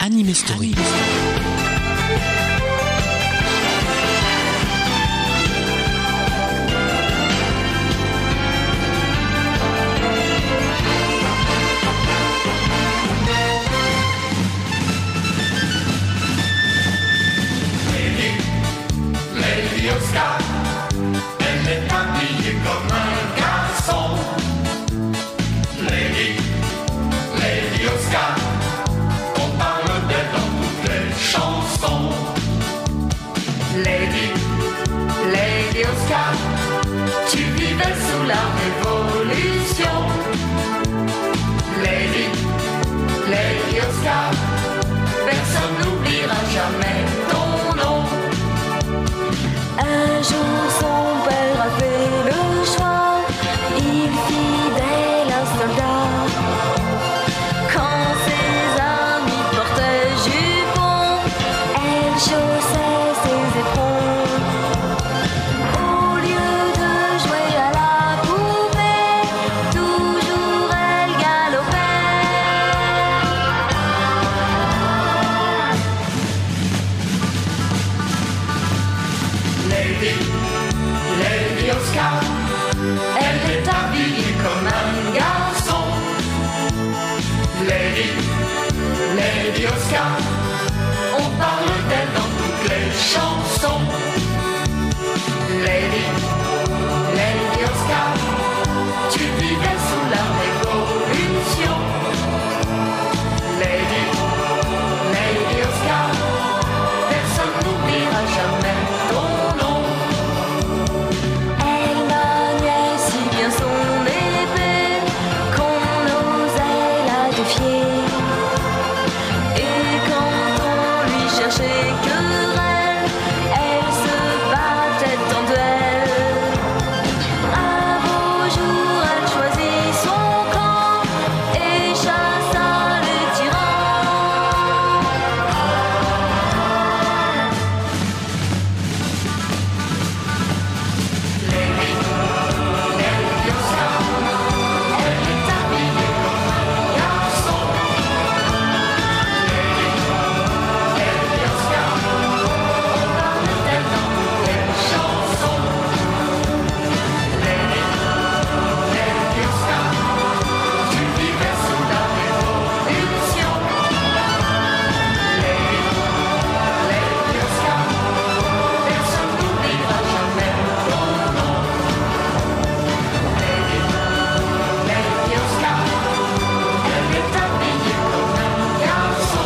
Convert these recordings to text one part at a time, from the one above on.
Anime Story. Lady Oscar, elle est habillée comme un garçon. Lady Oscar, on parle d'elle dans toutes les chansons. Lady Oscar, tu vivais sous la Révolution. Lady Oscar, personne n'oubliera jamais ton nom. Un jour son père a fait le choix, il fidèle un soldat. Quand ses amis portaient jupons, elle chaussait ses éperons. Au lieu de jouer à la poupée, toujours elle galopait. Lady Oscar, elle est habillée comme un garçon. Lady Oscar, on parle d'elle dans toutes les chansons. Lady Oscar, tu vivais sous la Révolution. Lady Oscar, personne n'oubliera jamais ton nom. Elle maniait si bien son épée qu'on osait la défier. Et quand on lui cherchait querelle, elle se battait en duel. Un beau jour, elle choisit son camp et chassa les tyrans. Lady Oscar, elle est habillée comme un garçon. Lady Oscar, on parle d'elle dans toutes les chansons. Lady Oscar, tu vivais sous la Révolution. Lady Oscar, personne n'oubliera jamais ton nom. Lady Oscar, elle est habillée comme un garçon.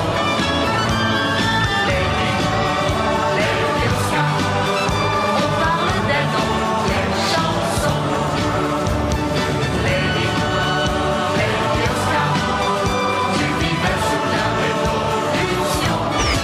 Lady Oscar, on parle d'elle dans toutes les chansons. Lady Oscar, tu vivais sous la Révolution.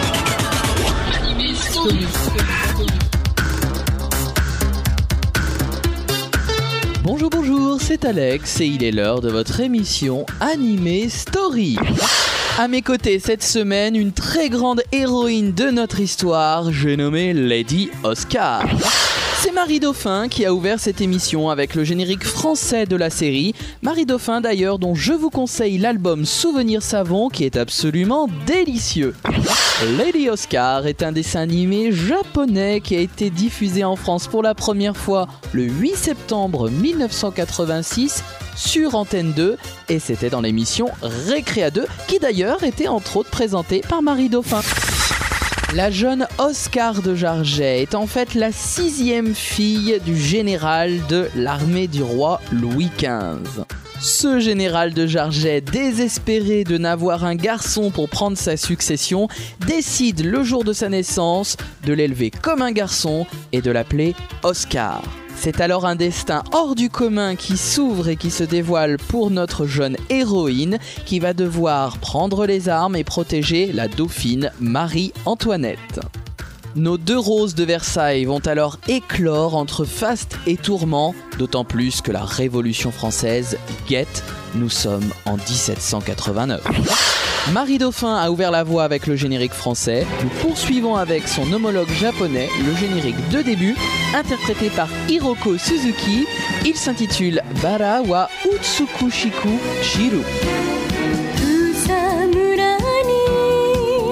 Bonjour, c'est Alex et il est l'heure de votre émission Anime Story. À mes côtés cette semaine, une très grande héroïne de notre histoire, j'ai nommé Lady Oscar. C'est Marie Dauphin qui a ouvert cette émission avec le générique français de la série. Marie Dauphin d'ailleurs, dont je vous conseille l'album Souvenir Savon qui est absolument délicieux. Lady Oscar est un dessin animé japonais qui a été diffusé en France pour la première fois le 8 septembre 1986 sur Antenne 2 et c'était dans l'émission Récréa 2 qui d'ailleurs était entre autres présentée par Marie Dauphin. La jeune Oscar de Jarget est en fait la 6e fille du général de l'armée du roi Louis XV. Ce général de Jarget, désespéré de n'avoir un garçon pour prendre sa succession, décide le jour de sa naissance de l'élever comme un garçon et de l'appeler Oscar. C'est alors un destin hors du commun qui s'ouvre et qui se dévoile pour notre jeune héroïne qui va devoir prendre les armes et protéger la dauphine Marie-Antoinette. Nos deux roses de Versailles vont alors éclore entre faste et tourment, d'autant plus que la Révolution française guette. Nous sommes en 1789. Marie Dauphin a ouvert la voie avec le générique français. Nous poursuivons avec son homologue japonais, le générique de début, interprété par Hiroko Suzuki. Il s'intitule Bara wa Utsukushiku Chiru. 草むらに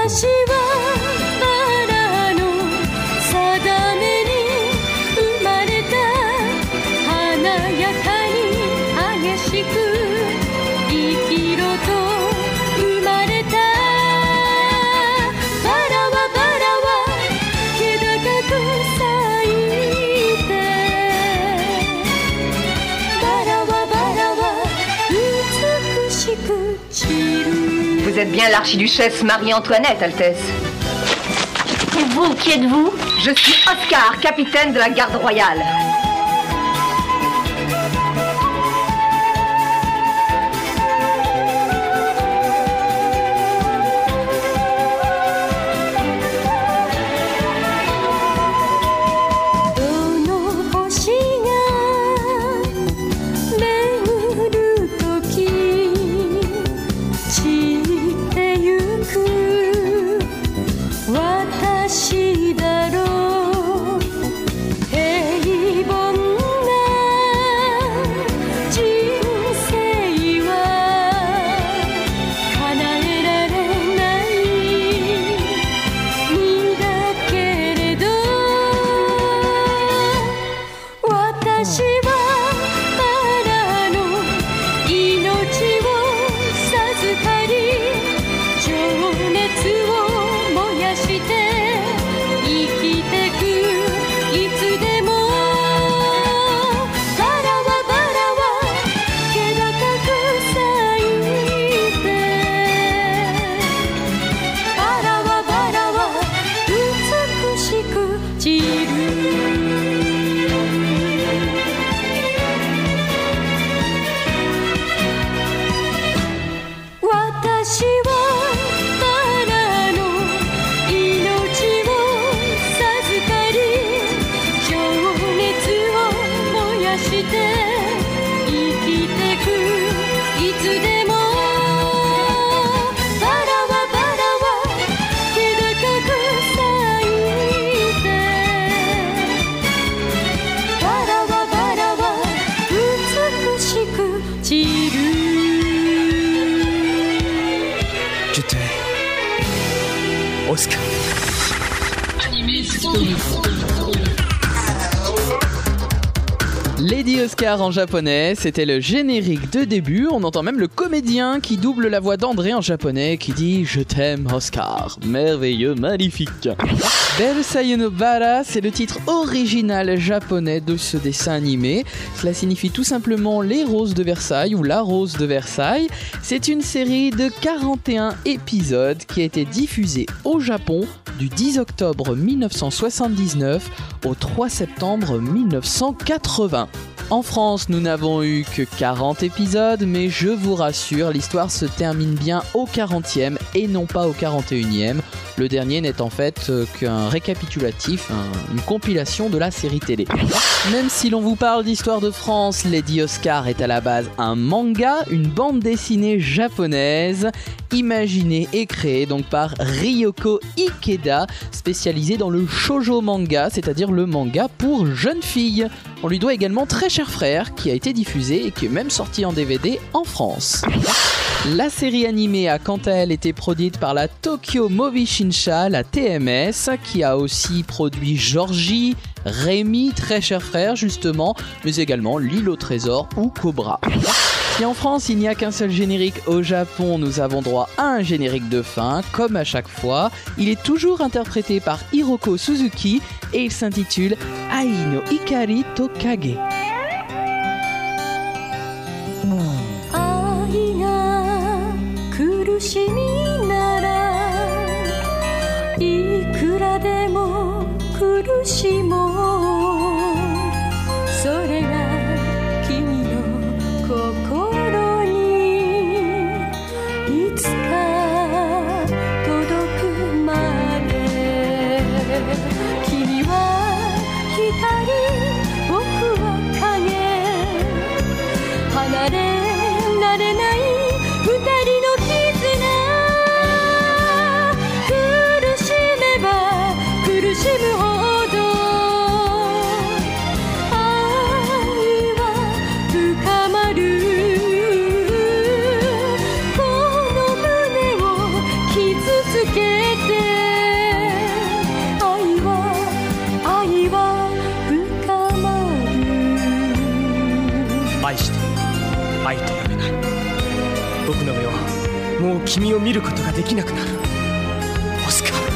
私はバラの定めに生まれた華やかに激しく生きろと生まれたバラはバラは気高く咲いてバラはバラは美しく散る Vous êtes bien l'archiduchesse Marie-Antoinette, Altesse. Et vous, qui êtes-vous? Je suis Oscar, capitaine de la garde royale. Je t'aime. Oscar. Lady Oscar en japonais, c'était le générique de début. On entend même le comédien qui double la voix d'André en japonais qui dit « Je t'aime Oscar ». Merveilleux, magnifique. Belle Sayonobara, c'est le titre original japonais de ce dessin animé. Cela signifie tout simplement les roses de Versailles ou la rose de Versailles. C'est une série de 41 épisodes qui a été diffusée au Japon du 10 octobre 1979 au 3 septembre 1980. En France, nous n'avons eu que 40 épisodes, mais je vous rassure, l'histoire se termine bien au 40e et non pas au 41e. Le dernier n'est en fait qu'un récapitulatif, une compilation de la série télé. Même si l'on vous parle d'histoire de France, Lady Oscar est à la base un manga, une bande dessinée japonaise, imaginée et créée donc par Ryoko Ikeda, spécialisée dans le shoujo manga, c'est-à-dire le manga pour jeunes filles. On lui doit également Très cher frère, qui a été diffusé et qui est même sorti en DVD en France. La série animée a quant à elle été produite par la Tokyo Movie Shinsha, la TMS, qui a aussi produit Georgie, Rémi, Très cher frère justement, mais également L'île au trésor ou Cobra. Si en France il n'y a qu'un seul générique, au Japon nous avons droit à un générique de fin, comme à chaque fois. Il est toujours interprété par Hiroko Suzuki et il s'intitule Ai no Ikari to Kage. 愛が苦しみならいくらでも苦しもうそれが君の心にいつか届くまで君は光僕は影離れられない二人の絆苦しめば苦しむほど君を見ることができなくなる。オスカー。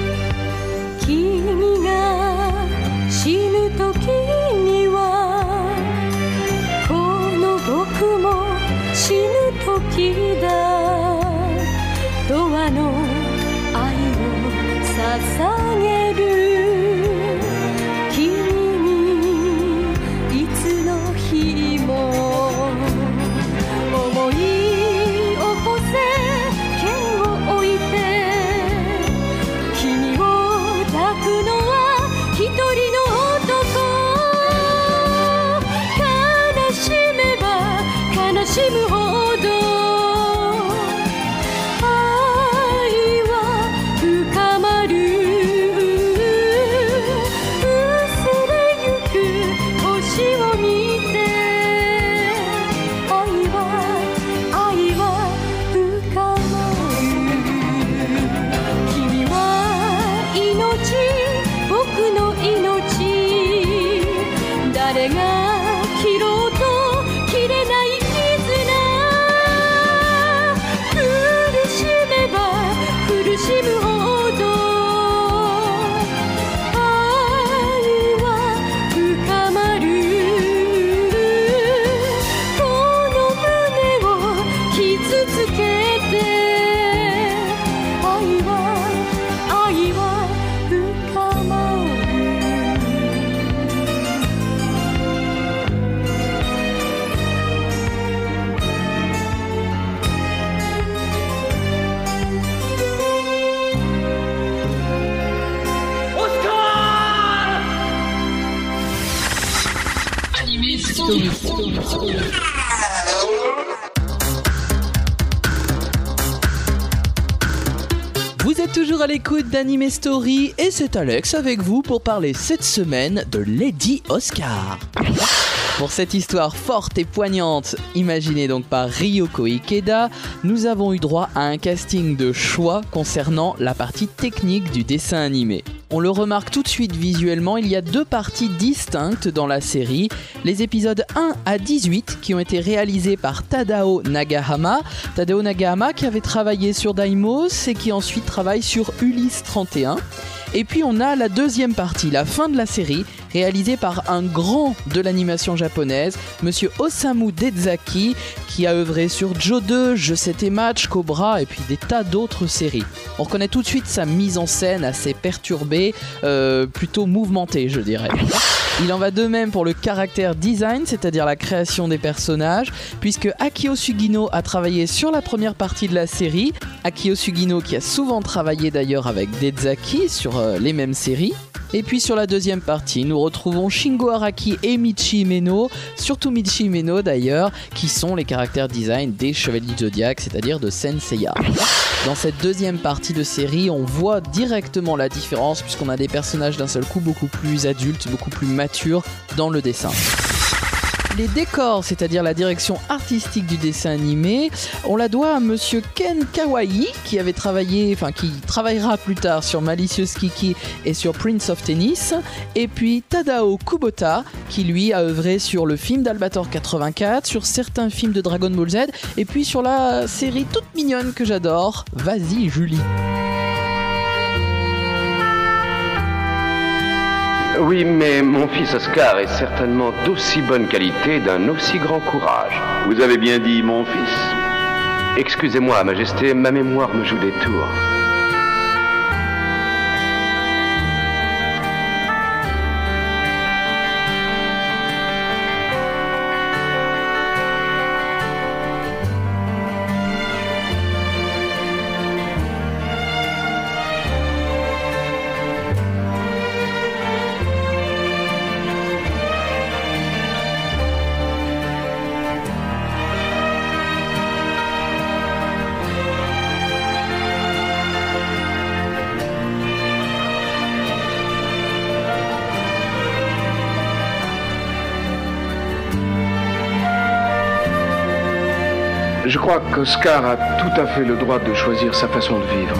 君が死ぬ時にはこの僕も死ぬ時だ。ドアの愛を捧げる君にいつの日も思い起こせ剣を置いて君を抱くのは一人の男。悲しめば悲しむほど誰が切ろうと切れない絆。苦しめば苦しむほど愛は深まる。この胸を傷つけて愛は深まる。 Vous êtes toujours à l'écoute d'Anime Story et c'est Alex avec vous pour parler cette semaine de Lady Oscar. Pour cette histoire forte et poignante, imaginée donc par Ryoko Ikeda, nous avons eu droit à un casting de choix concernant la partie technique du dessin animé. On le remarque tout de suite visuellement, il y a deux parties distinctes dans la série. Les épisodes 1 à 18 qui ont été réalisés par Tadao Nagahama. Tadao Nagahama qui avait travaillé sur Daimos et qui ensuite travaille sur Ulysse 31. Et puis on a la deuxième partie, la fin de la série, réalisée par un grand de l'animation japonaise, monsieur Osamu Dezaki, qui a œuvré sur Joe 2, Je Sais Match, Cobra et puis des tas d'autres séries. On reconnaît tout de suite sa mise en scène assez perturbée, plutôt mouvementée je dirais. Il en va de même pour le caractère design, c'est-à-dire la création des personnages, puisque Akio Sugino a travaillé sur la première partie de la série. Akio Sugino qui a souvent travaillé d'ailleurs avec Dezaki sur les mêmes séries. Et puis sur la deuxième partie, nous retrouvons Shingo Araki et Michi Uemeno, surtout Michi Uemeno d'ailleurs, qui sont les caractères design des Chevaliers du Zodiaque, c'est-à-dire de Senseiya. Dans cette deuxième partie de série, on voit directement la différence puisqu'on a des personnages d'un seul coup beaucoup plus adultes, beaucoup plus matures dans le dessin. Les décors, c'est-à-dire la direction artistique du dessin animé, on la doit à monsieur Ken Kawai qui avait travaillé, qui travaillera plus tard sur Malicious Kiki et sur Prince of Tennis, et puis Tadao Kubota qui lui a œuvré sur le film d'Albator 84, sur certains films de Dragon Ball Z, et puis sur la série toute mignonne que j'adore, Vas-y Julie. Oui, mais mon fils Oscar est certainement d'aussi bonne qualité, d'un aussi grand courage. Vous avez bien dit mon fils. Excusez-moi, Majesté, ma mémoire me joue des tours. Je crois qu'Oscar a tout à fait le droit de choisir sa façon de vivre.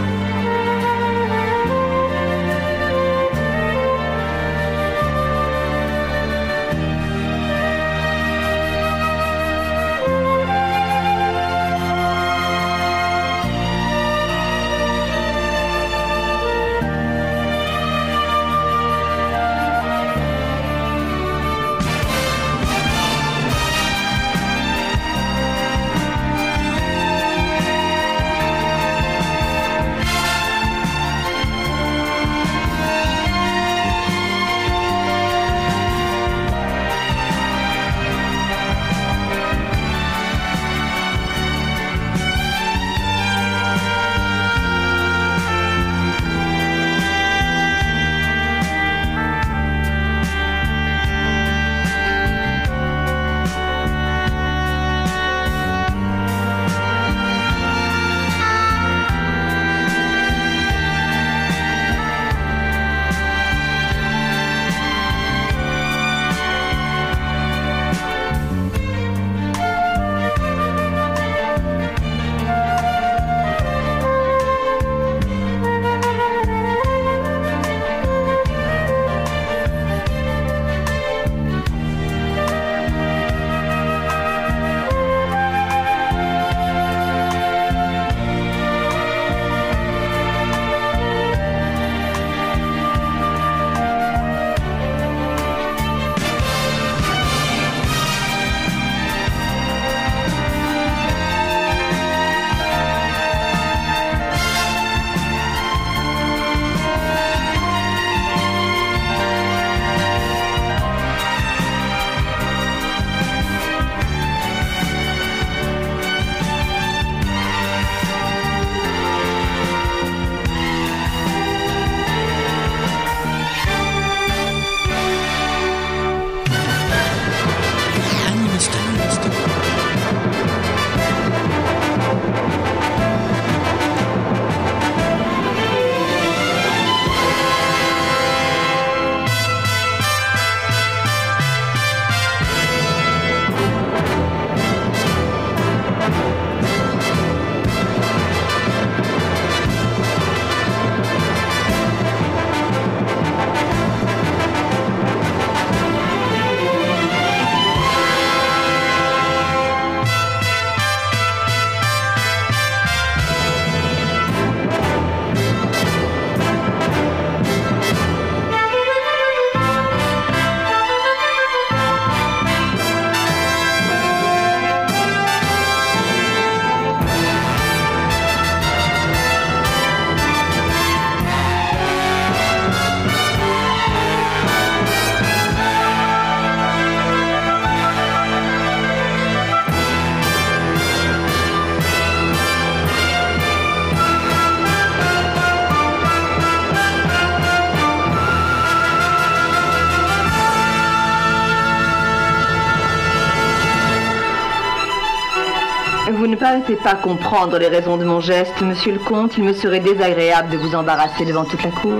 paraissez pas comprendre les raisons de mon geste, monsieur le comte. Il me serait désagréable de vous embarrasser devant toute la cour.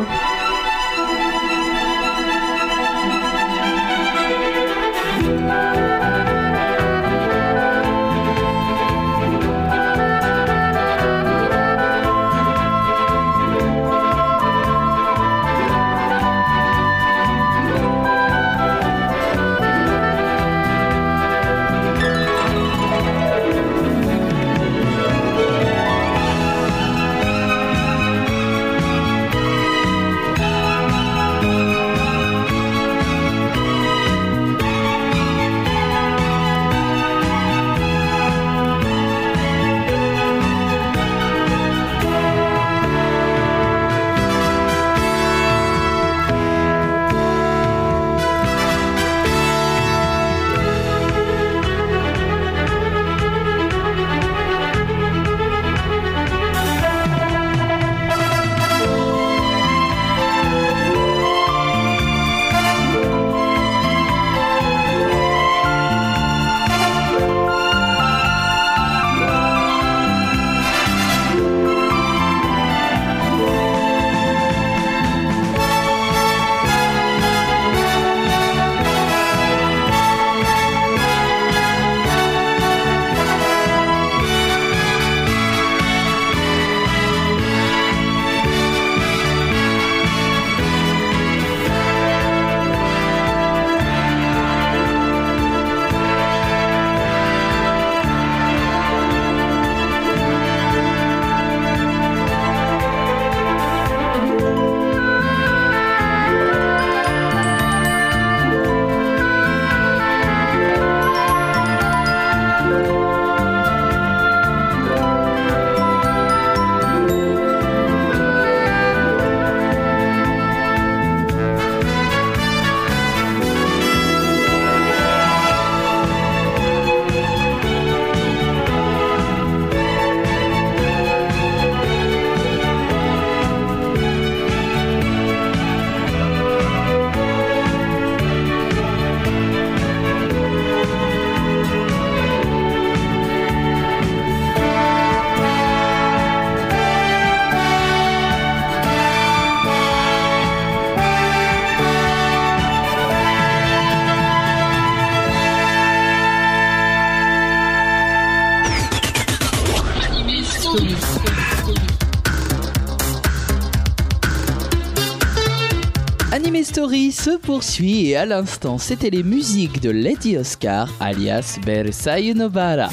Anime Story se poursuit et à l'instant, c'était les musiques de Lady Oscar, alias Versailles Nobara.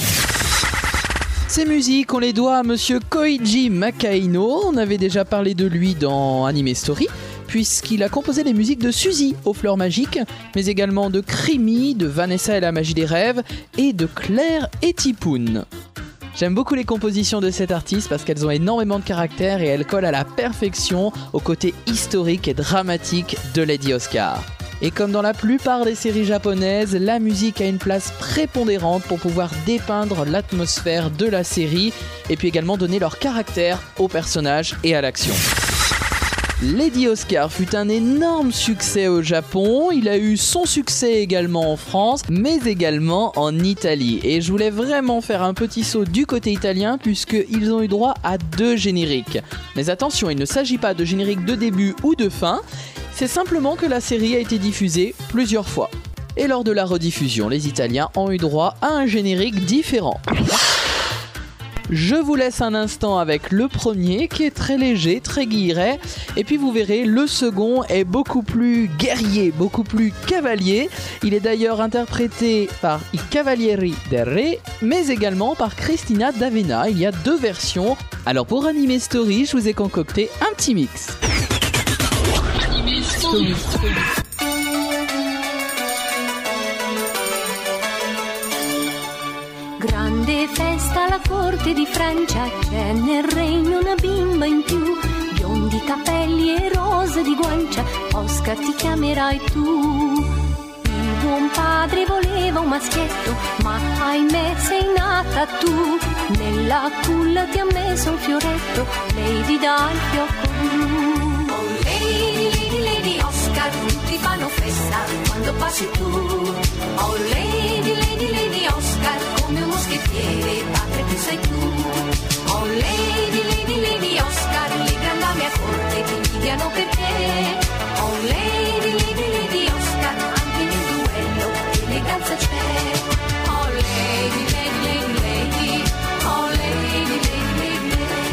Ces musiques, on les doit à monsieur Koichi Makaino. On avait déjà parlé de lui dans Anime Story, puisqu'il a composé les musiques de Suzy aux Fleurs Magiques, mais également de Creamy, de Vanessa et la Magie des Rêves, et de Claire et Tipoun. J'aime beaucoup les compositions de cet artiste parce qu'elles ont énormément de caractère et elles collent à la perfection au côté historique et dramatique de Lady Oscar. Et comme dans la plupart des séries japonaises, la musique a une place prépondérante pour pouvoir dépeindre l'atmosphère de la série et puis également donner leur caractère aux personnages et à l'action. Lady Oscar fut un énorme succès au Japon, il a eu son succès également en France, mais également en Italie. Et je voulais vraiment faire un petit saut du côté italien puisqu'ils ont eu droit à 2 génériques. Mais attention, il ne s'agit pas de générique de début ou de fin, c'est simplement que la série a été diffusée plusieurs fois. Et lors de la rediffusion, les Italiens ont eu droit à un générique différent. Je vous laisse un instant avec le premier qui est très léger, très guilleret. Et puis vous verrez, le second est beaucoup plus guerrier, beaucoup plus cavalier. Il est d'ailleurs interprété par I Cavalieri del Re, mais également par Cristina D'Avena. Il y a 2 versions. Alors pour Anime Story, je vous ai concocté un petit mix. Anime Story. Grande festa alla corte di Francia, c'è nel regno una bimba in più, biondi capelli e rose di guancia, Oscar ti chiamerai tu. Il buon padre voleva un maschietto, ma ahimè sei nata tu, nella culla ti ha messo un fioretto, Lady dal fiocco blu. Oh Lady, Lady, Lady Oscar, tutti fanno festa quando passi tu. Oh Lady, Lady, Lady Oscar, come un moschettiere, padre che sei tu. me. Oh Lady, Lady, Lady Oscar, anche nel duello eleganza c'è. Oh Lady, Lady, Lady, Lady, oh Lady, Lady, Lady,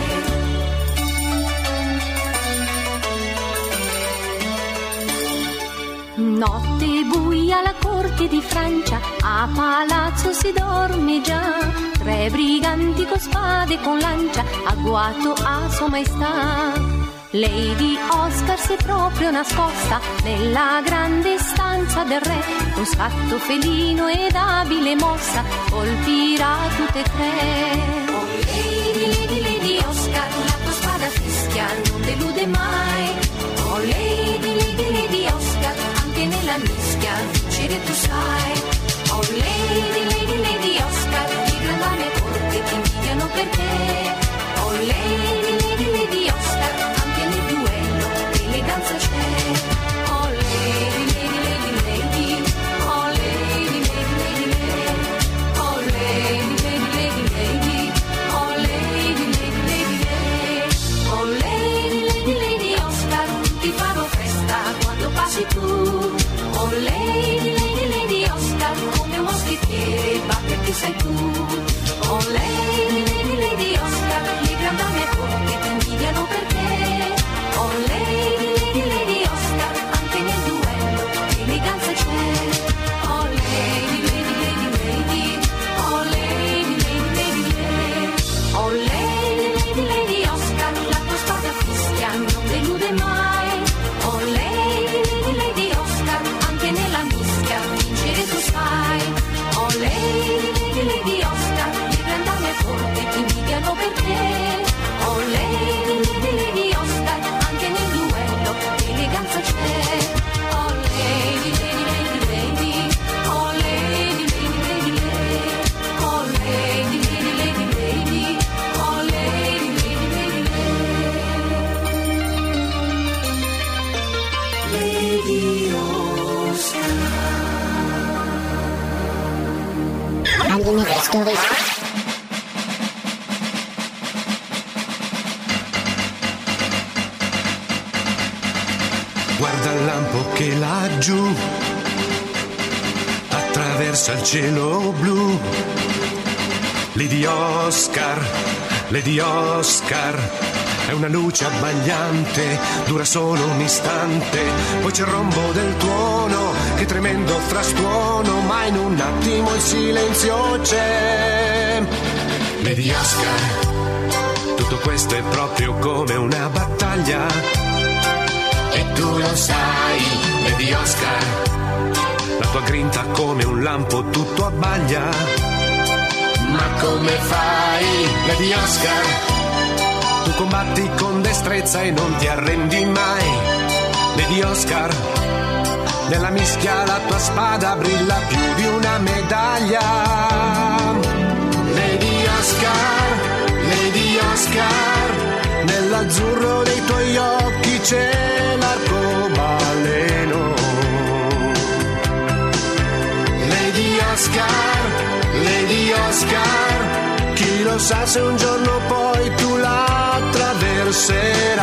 Lady. Notte buia alla corte di Francia, a palazzo si dorme già. 3 briganti con spade e con lancia, agguato a sua maestà. Lady Oscar si è proprio nascosta nella grande stanza del re. Con scatto felino ed abile mossa colpirà tutte e 3. Oh Lady, Lady, Lady Oscar, la tua spada fischia non delude mai. Oh Lady, Lady, Lady Oscar, anche nella mischia vincere tu sai. Oh Lady, Lady, Lady Oscar, i grandi e corte ti invidiano per te. Oh Lady, Lady, Lady Oscar, anche nel duello eleganza c'è. Oh Lady, Lady, Lady, Lady, oh Lady, Lady, Lady, Lady, oh Lady, Lady, Lady, Lady, oh Lady, Lady, Lady, Lady, oh Lady, Lady, Lady Oscar, ti farò festa quando passi tu. Oh Lady, Lady, Lady Oscar, come un moschettiere batterti sei tu. Oh Lady, Lady, Lady Oscar, le grandi dame corte ti invidiano per te. Oh Lady, Lady, Lady Oscar, anche nel duello eleganza c'è. Oh Lady, Lady, Lady, Lady, oh Lady, Lady, Lady, Lady, oh Lady, Lady, Lady Oscar, la tua spada fischia non delude mai. Oh Lady, Lady, Lady Oscar, anche nella mischia vincere tu sai. Oh Lady, Lady, Lady Oscar, le grandi dame forti ti invidiano per te. Oh Lady, Lady, Lady Oscar, anche nel duello eleganza c'è. Oh Lady, Lady, Lady, Lady, oh Lady, Lady, Lady, Lady, oh Lady, Lady, Lady, Lady, oh Lady, Lady, Lady, Lady. Lady Oscar. Anime Story. Guarda il lampo che laggiù attraversa il cielo blu. Lady Oscar, Lady Oscar, è una luce abbagliante, dura solo un istante. Poi c'è il rombo del tuono, che tremendo frastuono, ma in un attimo il silenzio c'è. Lady Oscar, tutto questo è proprio come una battaglia. E tu lo sai, Lady Oscar, la tua grinta come un lampo tutto abbaglia. Ma come fai, Lady Oscar? Tu combatti con destrezza e non ti arrendi mai. Lady Oscar, nella mischia la tua spada brilla più di una medaglia. Lady Oscar, Lady Oscar, nell'azzurro dei tuoi occhi c'è l'arcobaleno. Lady Oscar, Lady Oscar, chi lo sa se un giorno poi tu la attraverserai.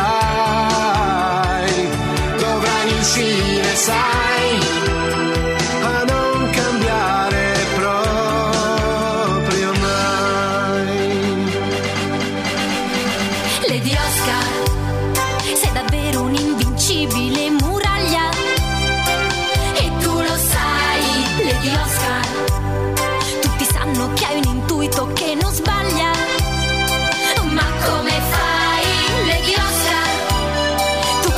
Dovrai riuscire, sai, a non cambiare proprio mai. Lady Oscar, sei davvero un'invincibile muraglia. E tu lo sai, Lady Oscar, tutti sanno che hai un intuito che non sbaglia. Ma come fai, Lady Oscar? Tu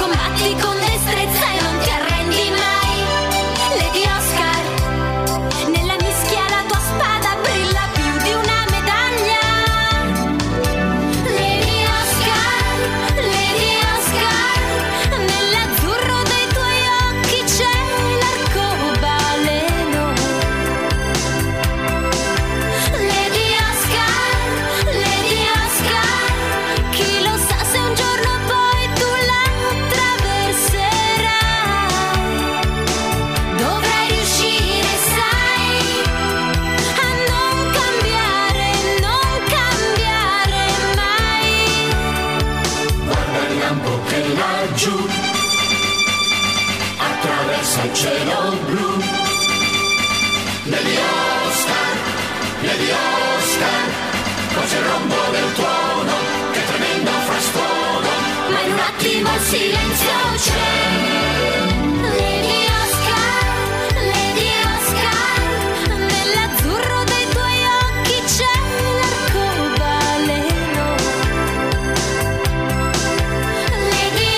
rossa il cielo blu. Lady Oscar, cos'è il rombo del tuono, che tremendo frastuono, ma in un attimo il silenzio c'è. Lady Oscar, nell'azzurro dei tuoi occhi c'è l'arcobaleno. Lady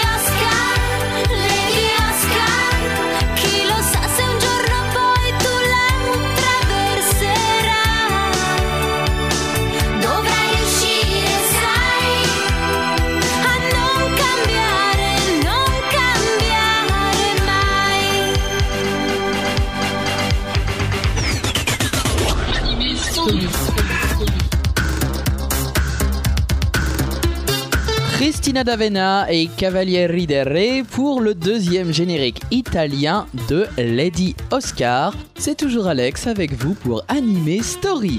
Oscar, chi lo sa se un giorno poi tu la attraverserai. Dovrai riuscire, sai, a non cambiare mai. Cristina D'Avena et Cavalieri del Re pour le deuxième générique italien de Lady Oscar. C'est toujours Alex avec vous pour Anime Story.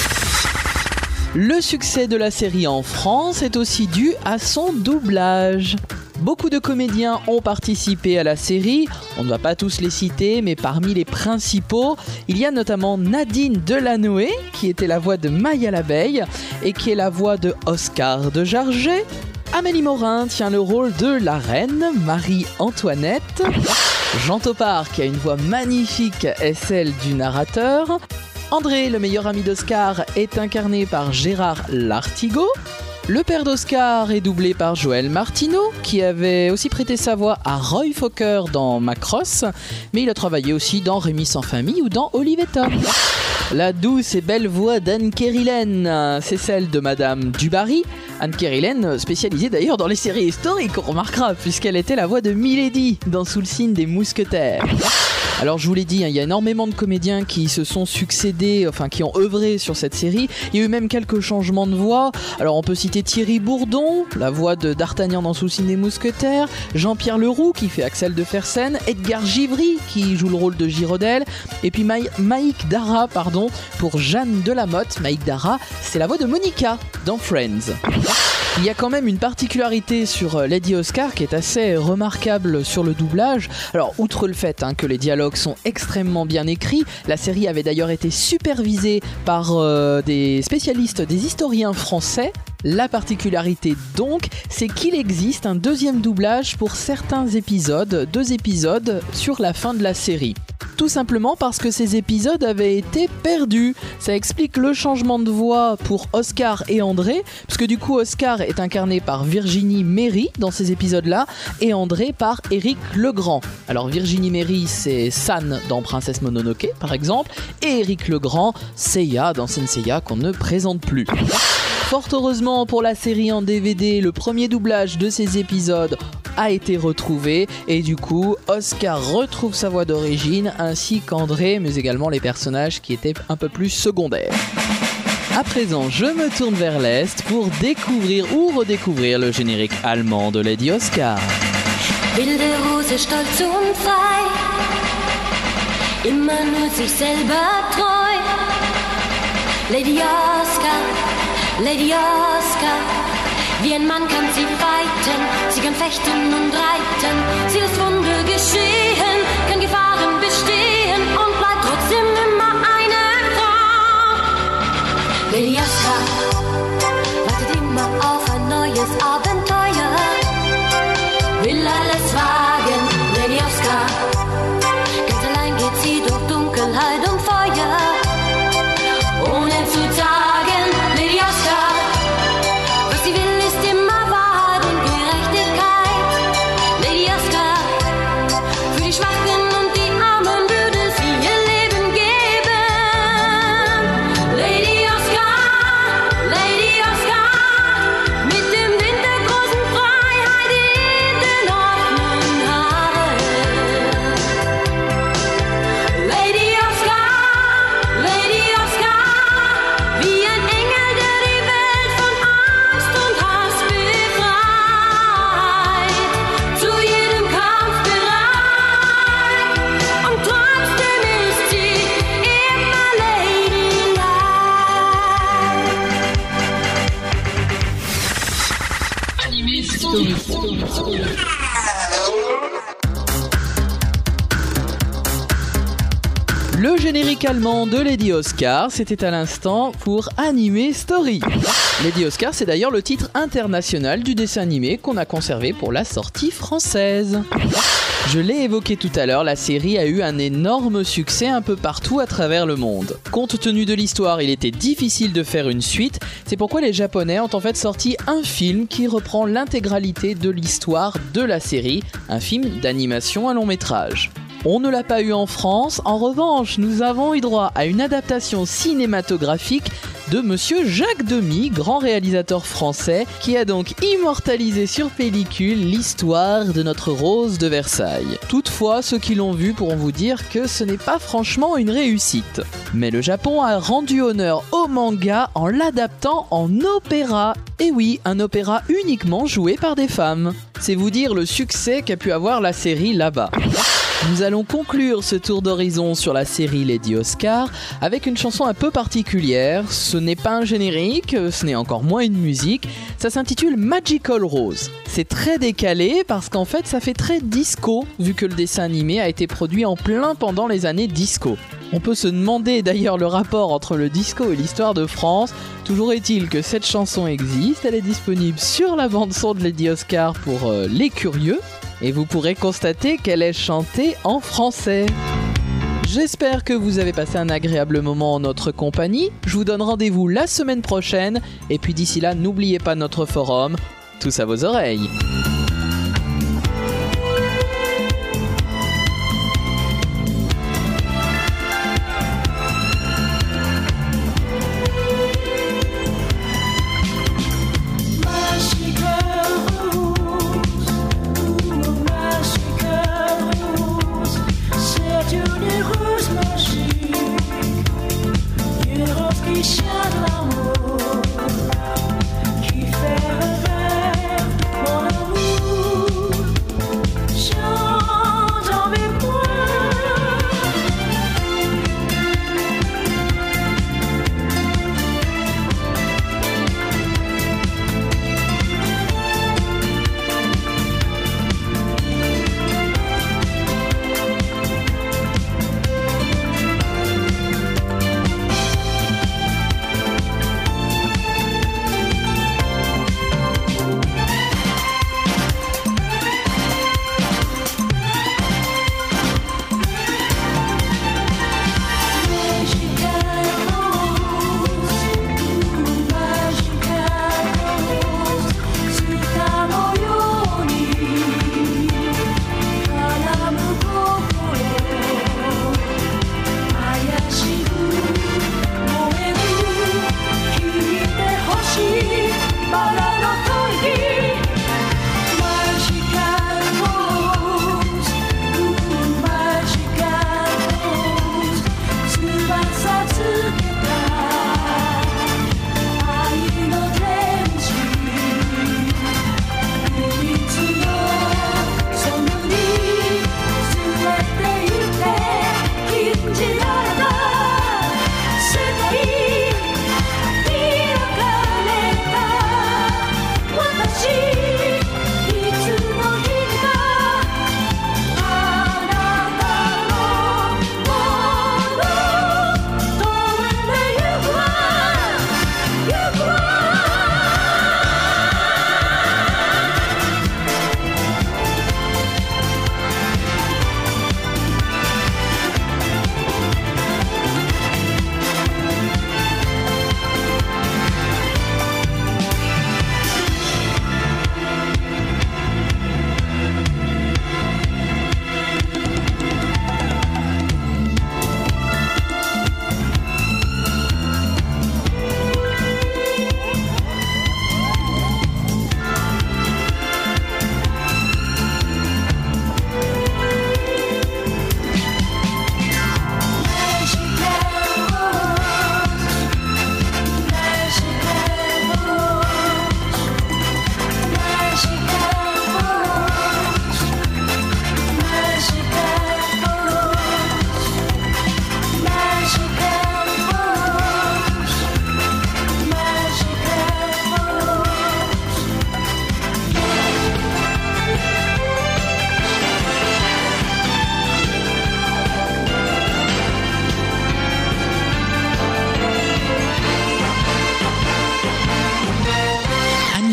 Le succès de la série en France est aussi dû à son doublage. Beaucoup de comédiens ont participé à la série, on ne va pas tous les citer, mais parmi les principaux, il y a notamment Nadine Delanoë, qui était la voix de Maya l'abeille, et qui est la voix de Oscar de Jarget. Amélie Morin tient le rôle de la reine Marie-Antoinette. Jean Topard, qui a une voix magnifique, est celle du narrateur. André, le meilleur ami d'Oscar, est incarné par Gérard Lartigot. Le père d'Oscar est doublé par Joël Martineau, qui avait aussi prêté sa voix à Roy Fokker dans Macross, mais il a travaillé aussi dans Rémi sans famille ou dans Olive et Tom. La douce et belle voix d'Anne Kérilène, c'est celle de Madame Dubarry. Anne Kérilène, spécialisée d'ailleurs dans les séries historiques, on remarquera, puisqu'elle était la voix de Milady dans Sous le signe des mousquetaires. Alors je vous l'ai dit, il y a énormément de comédiens qui se sont succédés, enfin qui ont œuvré sur cette série. Il y a eu même quelques changements de voix. Alors on peut citer Thierry Bourdon, la voix de D'Artagnan dans Sous le signe des mousquetaires, Jean-Pierre Leroux qui fait Axel de Fersen, Edgar Givry qui joue le rôle de Girodel, et puis Maïk Dara pour Jeanne Delamotte. Maïk Dara, c'est la voix de Monica dans Friends. Il y a quand même une particularité sur Lady Oscar qui est assez remarquable sur le doublage. Alors, outre le fait que les dialogues sont extrêmement bien écrits, la série avait d'ailleurs été supervisée par des spécialistes, des historiens français. La particularité donc, c'est qu'il existe un deuxième doublage pour certains épisodes, 2 épisodes sur la fin de la série. Tout simplement parce que ces épisodes avaient été perdus. Ça explique le changement de voix pour Oscar et André, parce que du coup Oscar est incarné par Virginie Méry dans ces épisodes-là, et André par Éric Legrand. Alors Virginie Méry, c'est San dans Princesse Mononoke par exemple, et Éric Legrand, Seiya dans Senseiya qu'on ne présente plus. Fort heureusement pour la série en DVD, le premier doublage de ces épisodes a été retrouvé et du coup Oscar retrouve sa voix d'origine ainsi qu'André, mais également les personnages qui étaient un peu plus secondaires. À présent, je me tourne vers l'Est pour découvrir ou redécouvrir le générique allemand de Lady Oscar. Wilde Rose, stolz und frei, immer nur sich selber treu. Lady Oscar, wie ein Mann kann sie fighten, sie kann fechten und reiten, sie lässt Wunder geschehen, kann Gefahren bestehen und bleibt trotzdem immer eine Frau. Lady Oscar wartet immer auf ein neues Abenteuer, will alles wagen. Lady Oscar, ganz allein geht sie durch Dunkelheit und Feuer, ohne zu sagen, Lady Oscar, was sie will ist immer Wahrheit und Gerechtigkeit. Lady Oscar Le générique allemand de Lady Oscar, c'était à l'instant pour Anime Story. Lady Oscar, c'est d'ailleurs le titre international du dessin animé qu'on a conservé pour la sortie française. Je l'ai évoqué tout à l'heure, la série a eu un énorme succès un peu partout à travers le monde. Compte tenu de l'histoire, il était difficile de faire une suite, c'est pourquoi les Japonais ont en fait sorti un film qui reprend l'intégralité de l'histoire de la série, un film d'animation à long métrage. On ne l'a pas eu en France, en revanche, nous avons eu droit à une adaptation cinématographique de Monsieur Jacques Demy, grand réalisateur français, qui a donc immortalisé sur pellicule l'histoire de notre Rose de Versailles. Toutefois, ceux qui l'ont vu pourront vous dire que ce n'est pas franchement une réussite. Mais le Japon a rendu honneur au manga en l'adaptant en opéra. Et oui, un opéra uniquement joué par des femmes. C'est vous dire le succès qu'a pu avoir la série là-bas. Nous allons conclure ce tour d'horizon sur la série Lady Oscar avec une chanson un peu particulière. Ce n'est pas un générique, ce n'est encore moins une musique. Ça s'intitule Magical Rose. C'est très décalé parce qu'en fait ça fait très disco vu que le dessin animé a été produit en plein pendant les années disco. On peut se demander d'ailleurs le rapport entre le disco et l'histoire de France. Toujours est-il que cette chanson existe, elle est disponible sur la bande-son de Lady Oscar pour les curieux. Et vous pourrez constater qu'elle est chantée en français. J'espère que vous avez passé un agréable moment en notre compagnie. Je vous donne rendez-vous la semaine prochaine. Et puis d'ici là, n'oubliez pas notre forum. Tous à vos oreilles. Qui fait rêver mon amour.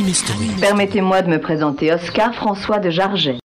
Animé Story. Permettez-moi de me présenter Oscar François de Jarget.